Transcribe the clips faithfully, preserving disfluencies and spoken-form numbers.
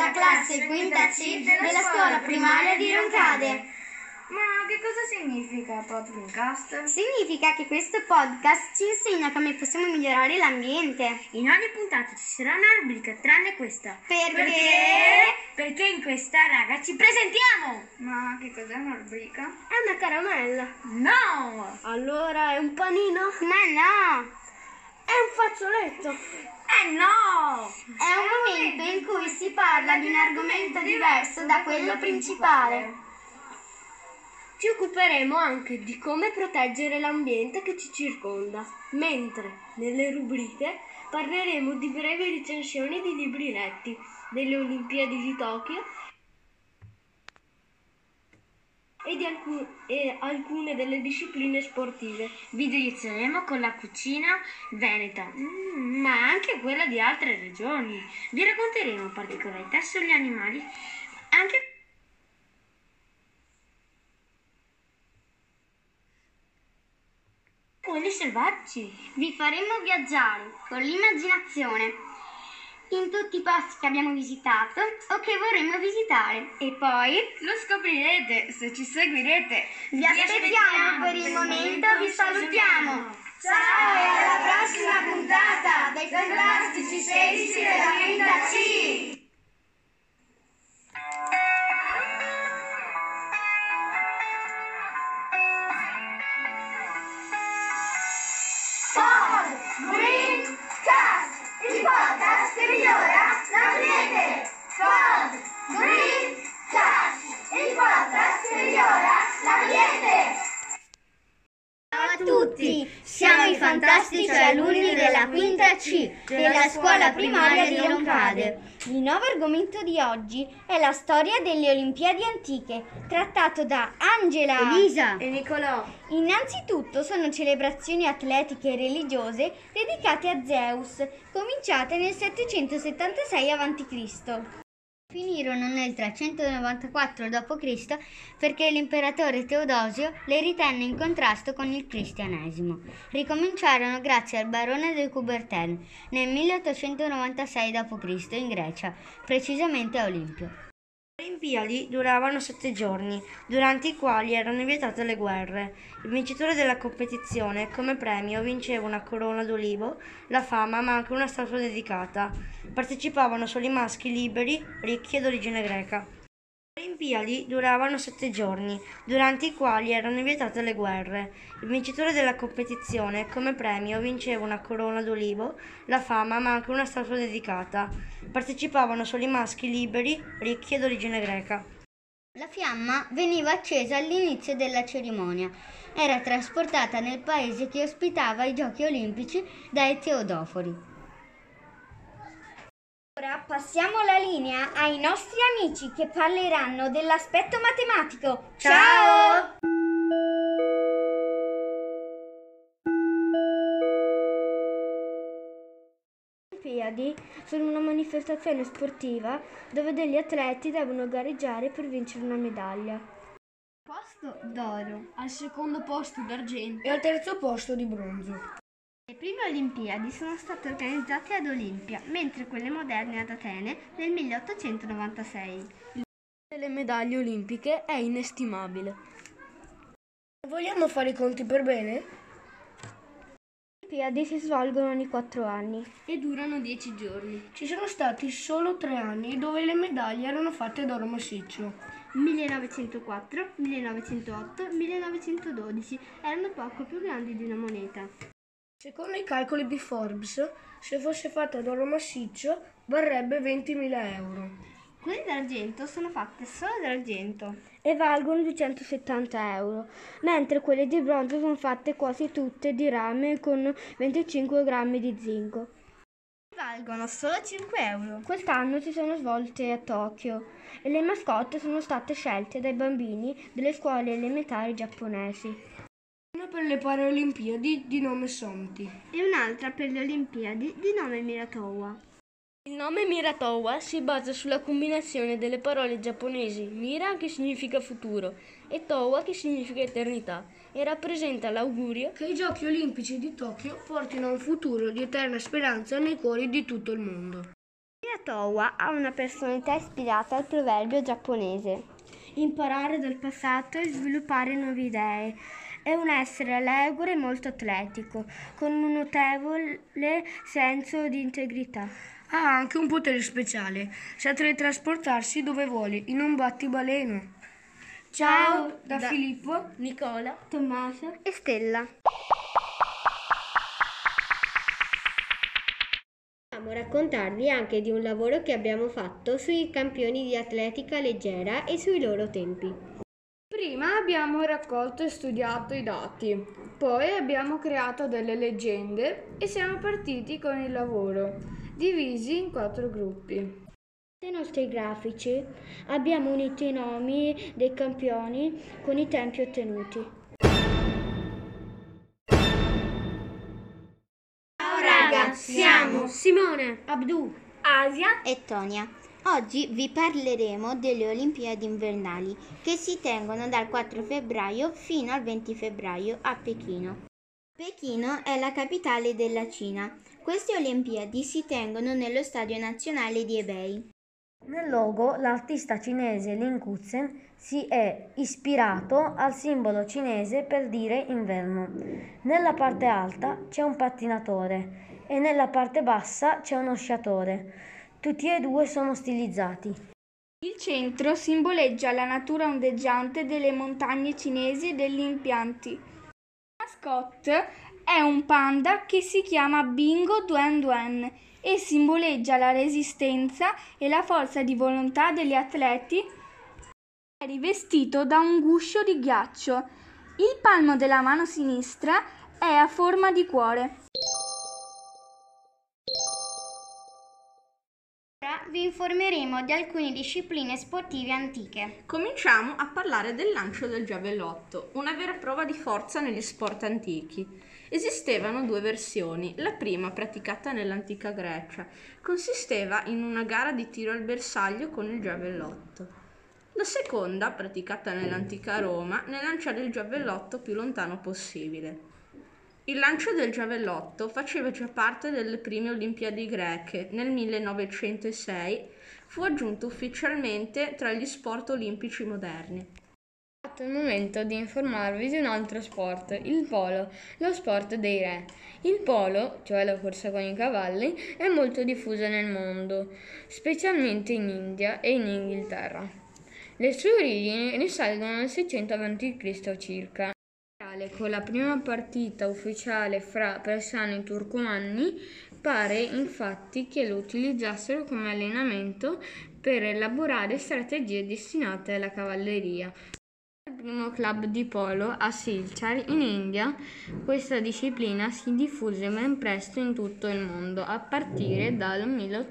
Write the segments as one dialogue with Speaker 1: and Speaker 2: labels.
Speaker 1: della classe quinta C della scuola primaria di Roncade.
Speaker 2: Ma che cosa significa podcast?
Speaker 1: Significa che questo podcast ci insegna come possiamo migliorare l'ambiente.
Speaker 2: In ogni puntata ci sarà una rubrica tranne questa.
Speaker 1: Perché?
Speaker 2: Perché? Perché in questa, raga, ci presentiamo! Ma che cos'è una rubrica?
Speaker 1: È una caramella.
Speaker 2: No!
Speaker 3: Allora è un panino?
Speaker 1: Ma no!
Speaker 3: È un fazzoletto.
Speaker 2: Eh no!
Speaker 1: È un momento in cui si parla di un argomento diverso da quello principale.
Speaker 3: Ci occuperemo anche di come proteggere l'ambiente che ci circonda, mentre nelle rubriche parleremo di brevi recensioni di libri letti, delle Olimpiadi di Tokyo e di alcun- e alcune delle discipline sportive.
Speaker 2: Vi delizieremo con la cucina veneta, mm, ma anche quella di altre regioni. Vi racconteremo particolarità sugli animali, anche quelli selvaggi.
Speaker 1: Vi faremo viaggiare con l'immaginazione in tutti i posti che abbiamo visitato o che vorremmo visitare. E poi
Speaker 2: Lo scoprirete se ci seguirete.
Speaker 1: vi aspettiamo, per il momento vi salutiamo. Ciao e alla prossima puntata dei Fantastici sedici della quinta C! Pod Green Cast, il podcast che migliora l'ambiente. Pod Green Cast, il podcast che migliora l'ambiente. Ciao a tutti, siamo i fantastici alunni della quinta C della scuola primaria di Roncade.
Speaker 4: Il nuovo argomento di oggi è la storia delle Olimpiadi antiche, trattato da Angela,
Speaker 1: Elisa
Speaker 3: E Nicolò?
Speaker 4: Innanzitutto sono celebrazioni atletiche e religiose dedicate a Zeus, cominciate nel settecentosettantasei avanti Cristo Finirono nel trecentonovantaquattro dopo Cristo perché l'imperatore Teodosio le ritenne in contrasto con il cristianesimo. Ricominciarono grazie al barone de Coubertin nel milleottocentonovantasei dopo Cristo in Grecia, precisamente a Olimpia.
Speaker 3: Le Olimpiadi duravano sette giorni, durante i quali erano vietate le guerre. Il vincitore della competizione, come premio, vinceva una corona d'olivo, la fama, ma anche una statua dedicata. Partecipavano solo i maschi liberi, ricchi ed origine greca. Le Olimpiadi duravano sette giorni, durante i quali erano vietate le guerre. Il vincitore della competizione, come premio, vinceva una corona d'olivo, la fama, ma anche una statua dedicata. Partecipavano solo i maschi liberi, ricchi ed origine greca.
Speaker 4: La fiamma veniva accesa all'inizio della cerimonia. Era trasportata nel paese che ospitava i Giochi Olimpici dai Teodofori. Ora passiamo la linea ai nostri amici che parleranno dell'aspetto matematico. Ciao!
Speaker 3: Le Olimpiadi sono una manifestazione sportiva dove degli atleti devono gareggiare per vincere una medaglia.
Speaker 1: Posto d'oro.
Speaker 3: Al secondo posto d'argento e al terzo posto di bronzo.
Speaker 1: Le prime Olimpiadi sono state organizzate ad Olimpia, mentre quelle moderne ad Atene nel milleottocentonovantasei.
Speaker 3: Delle medaglie olimpiche è inestimabile. Vogliamo fare i conti per bene? Le Olimpiadi si svolgono ogni quattro anni
Speaker 2: E durano dieci giorni.
Speaker 3: Ci sono stati solo tre anni dove le medaglie erano fatte d'oro massiccio.
Speaker 1: millenovecentoquattro, millenovecentotto, millenovecentododici erano poco più grandi di una moneta.
Speaker 3: Secondo i calcoli di Forbes, se fosse fatta d'oro massiccio, varrebbe ventimila euro.
Speaker 1: Quelle d'argento sono fatte solo d'argento.
Speaker 3: E valgono duecentosettanta euro, mentre quelle di bronzo sono fatte quasi tutte di rame con venticinque grammi di zinco.
Speaker 1: Valgono solo cinque euro.
Speaker 3: Quest'anno si sono svolte a Tokyo e le mascotte sono state scelte dai bambini delle scuole elementari giapponesi. Una per le Paralimpiadi di nome Somti.
Speaker 1: E un'altra per le Olimpiadi di nome Miratowa.
Speaker 3: Il nome Miratowa si basa sulla combinazione delle parole giapponesi Mira, che significa futuro, e Towa, che significa eternità, e rappresenta l'augurio che i Giochi Olimpici di Tokyo portino a un futuro di eterna speranza nei cuori di tutto il mondo.
Speaker 4: Towa ha una personalità ispirata al proverbio giapponese.
Speaker 3: Imparare dal passato e sviluppare nuove idee. È un essere allegro e molto atletico, con un notevole senso di integrità. Ha anche un potere speciale, sa teletrasportarsi dove vuole, in un battibaleno. Ciao, da, da Filippo, Nicola, Tommaso
Speaker 4: e Stella.
Speaker 5: Vogliamo raccontarvi anche di un lavoro che abbiamo fatto sui campioni di atletica leggera e sui loro tempi.
Speaker 6: Prima abbiamo raccolto e studiato i dati, poi abbiamo creato delle leggende e siamo partiti con il lavoro, divisi in quattro gruppi.
Speaker 3: Nei nostri grafici abbiamo unito i nomi dei campioni con i tempi ottenuti.
Speaker 5: Ciao raga, siamo
Speaker 3: Simone, Abdu,
Speaker 4: Asia e Tonia. Oggi vi parleremo delle Olimpiadi invernali che si tengono dal quattro febbraio fino al venti febbraio a Pechino. Pechino è la capitale della Cina. Queste Olimpiadi si tengono nello Stadio Nazionale di Hebei.
Speaker 3: Nel logo l'artista cinese Lin Kuzen si è ispirato al simbolo cinese per dire inverno. Nella parte alta c'è un pattinatore e nella parte bassa c'è uno sciatore. Tutti e due sono stilizzati.
Speaker 6: Il centro simboleggia la natura ondeggiante delle montagne cinesi e degli impianti. Il mascotte è un panda che si chiama Bingo Duen Duen e simboleggia la resistenza e la forza di volontà degli atleti. È rivestito da un guscio di ghiaccio. Il palmo della mano sinistra è a forma di cuore.
Speaker 4: Ora vi informeremo di alcune discipline sportive antiche.
Speaker 7: Cominciamo a parlare del lancio del giavellotto, una vera prova di forza negli sport antichi. Esistevano due versioni. La prima, praticata nell'antica Grecia, consisteva in una gara di tiro al bersaglio con il giavellotto. La seconda, praticata nell'antica Roma, nel lanciare il giavellotto più lontano possibile. Il lancio del giavellotto faceva già parte delle prime Olimpiadi greche. Nel millenovecentosei fu aggiunto ufficialmente tra gli sport olimpici moderni.
Speaker 8: È il momento di informarvi di un altro sport, il polo, lo sport dei re. Il polo, cioè la corsa con i cavalli, è molto diffuso nel mondo, specialmente in India e in Inghilterra. Le sue origini risalgono al seicento avanti Cristo circa. Con la prima partita ufficiale fra persani e turcomanni, pare infatti che lo utilizzassero come allenamento per elaborare strategie destinate alla cavalleria. Il primo club di polo a Silchar in India, questa disciplina si diffuse ben presto in tutto il mondo a partire dal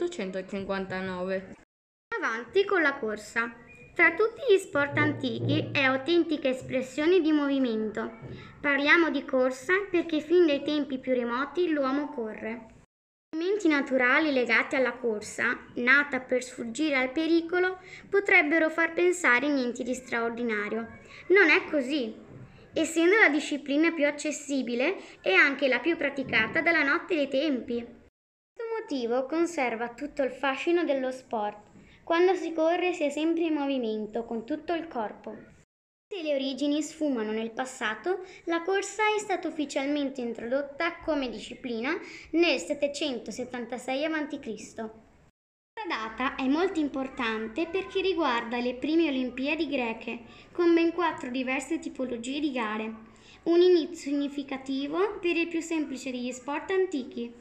Speaker 8: milleottocentocinquantanove.
Speaker 4: Avanti con la corsa. Tra tutti gli sport antichi è autentica espressione di movimento. Parliamo di corsa perché fin dai tempi più remoti l'uomo corre. I movimenti naturali legati alla corsa, nata per sfuggire al pericolo, potrebbero far pensare niente di straordinario. Non è così. Essendo la disciplina più accessibile, è anche la più praticata dalla notte dei tempi. Per questo motivo conserva tutto il fascino dello sport. Quando si corre si è sempre in movimento con tutto il corpo. Se le origini sfumano nel passato, la corsa è stata ufficialmente introdotta come disciplina nel settecentosettantasei avanti Cristo. Questa data è molto importante perché riguarda le prime Olimpiadi greche, con ben quattro diverse tipologie di gare, un inizio significativo per il più semplice degli sport antichi.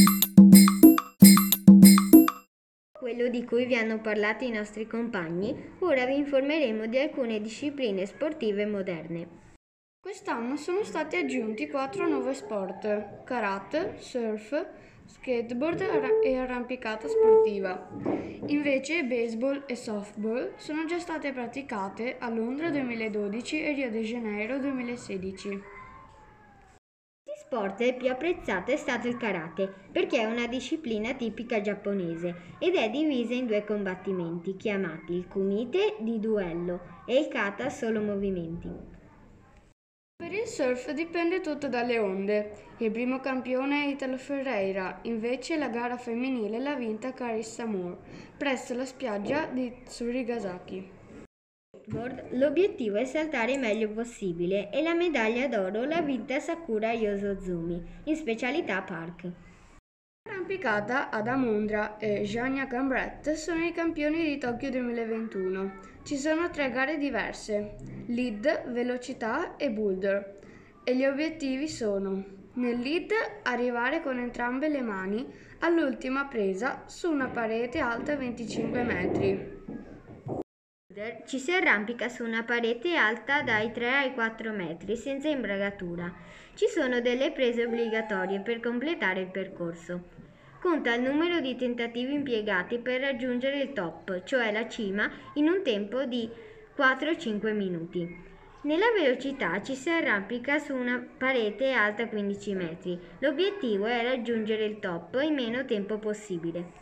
Speaker 5: Quello di cui vi hanno parlato i nostri compagni, ora vi informeremo di alcune discipline sportive moderne.
Speaker 6: Quest'anno sono stati aggiunti quattro nuovi sport: karate, surf, skateboard e arrampicata sportiva. Invece baseball e softball sono già state praticate a Londra duemiladodici e Rio de Janeiro duemilasedici.
Speaker 5: Il sport più apprezzato è stato il karate, perché è una disciplina tipica giapponese ed è divisa in due combattimenti, chiamati il kumite di duello e il kata solo movimenti.
Speaker 6: Per il surf dipende tutto dalle onde. Il primo campione è Italo Ferreira, invece la gara femminile l'ha vinta Carissa Moore, presso la spiaggia di Tsurigasaki.
Speaker 5: L'obiettivo è saltare il meglio possibile e la medaglia d'oro l'ha vinta Sakura Yosozumi, in specialità park.
Speaker 6: Arrampicata, Adam Undra e Janya Gambret sono i campioni di Tokyo duemilaventuno. Ci sono tre gare diverse, lead, velocità e boulder, e gli obiettivi sono: nel lead arrivare con entrambe le mani all'ultima presa su una parete alta venticinque metri.
Speaker 5: Ci si arrampica su una parete alta dai tre ai quattro metri senza imbragatura. Ci sono delle prese obbligatorie per completare il percorso. Conta il numero di tentativi impiegati per raggiungere il top, cioè la cima, in un tempo di quattro cinque minuti. Nella velocità ci si arrampica su una parete alta quindici metri. L'obiettivo è raggiungere il top in meno tempo possibile.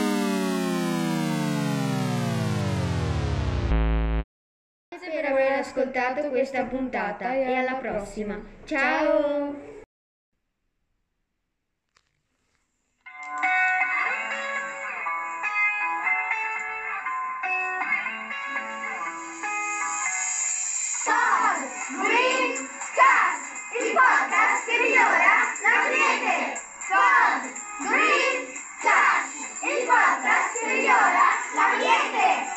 Speaker 5: Grazie per aver ascoltato questa puntata e alla prossima. Ciao!
Speaker 1: Green Cast, il podcast che migliora l'ambiente. Pod Green Cast, il podcast che migliora l'ambiente.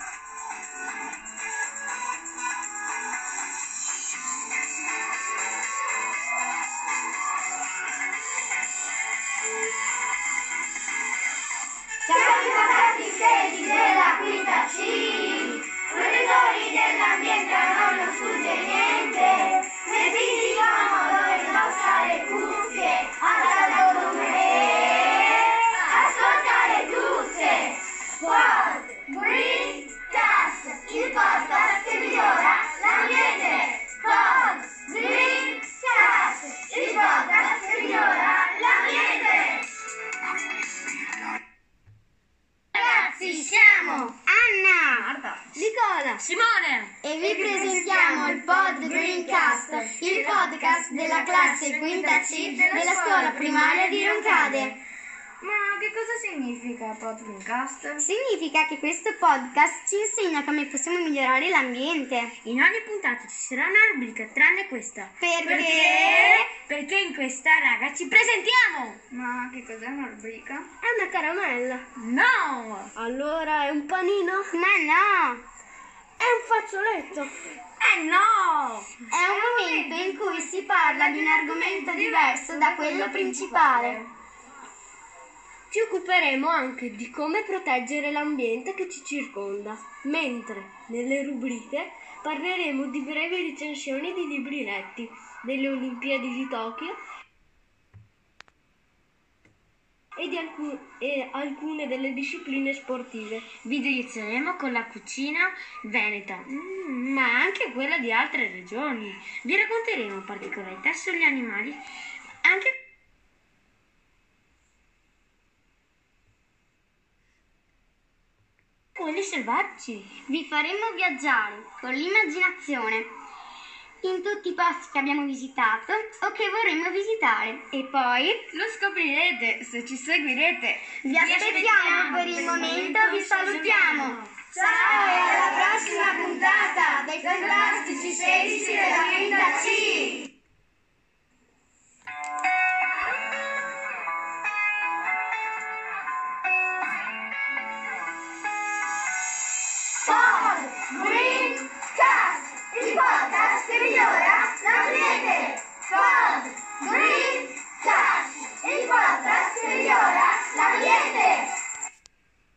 Speaker 1: Siamo i fantastici sedi della quinta C, protettori dell'ambiente, a noi non sfugge niente. Mettiti comodo e indossa le cuffie, andate dove ascolta le tuzze. Pod Green Cast, il podcast che migliora l'ambiente. Pod Green Cast, il podcast che migliora l'ambiente. Ragazzi, siamo Anna,
Speaker 2: Nicola, Simone
Speaker 1: e vi presentiamo il Pod Greencast, il podcast della classe quinta C della scuola primaria di Roncade.
Speaker 2: Ma che cosa significa Podcast?
Speaker 1: Significa che questo podcast ci insegna come possiamo migliorare l'ambiente.
Speaker 2: In ogni puntata ci sarà una rubrica tranne questa.
Speaker 1: Perché?
Speaker 2: Perché in questa, raga, ci presentiamo!
Speaker 6: Ma che cos'è una rubrica?
Speaker 1: È una caramella.
Speaker 2: No!
Speaker 1: Allora è un panino? Ma no! È un fazzoletto.
Speaker 2: Eh no!
Speaker 1: È un momento in cui si parla di un argomento diverso da quello principale.
Speaker 3: Ci occuperemo anche di come proteggere l'ambiente che ci circonda, mentre nelle rubriche parleremo di brevi recensioni di libri letti, delle Olimpiadi di Tokyo e di alcun- e alcune delle discipline sportive.
Speaker 2: Vi delizieremo con la cucina veneta, mm, ma anche quella di altre regioni. Vi racconteremo particolarità sugli animali, anche quelli selvaggi.
Speaker 1: Vi faremo viaggiare con l'immaginazione in tutti i posti che abbiamo visitato o che vorremmo visitare. E poi
Speaker 2: Lo scoprirete se ci seguirete.
Speaker 1: vi aspettiamo, per il momento vi salutiamo. Ciao e alla prossima puntata dei Fantastici sedici della quinta C. Pod Green Cast, il podcast che migliora l'ambiente.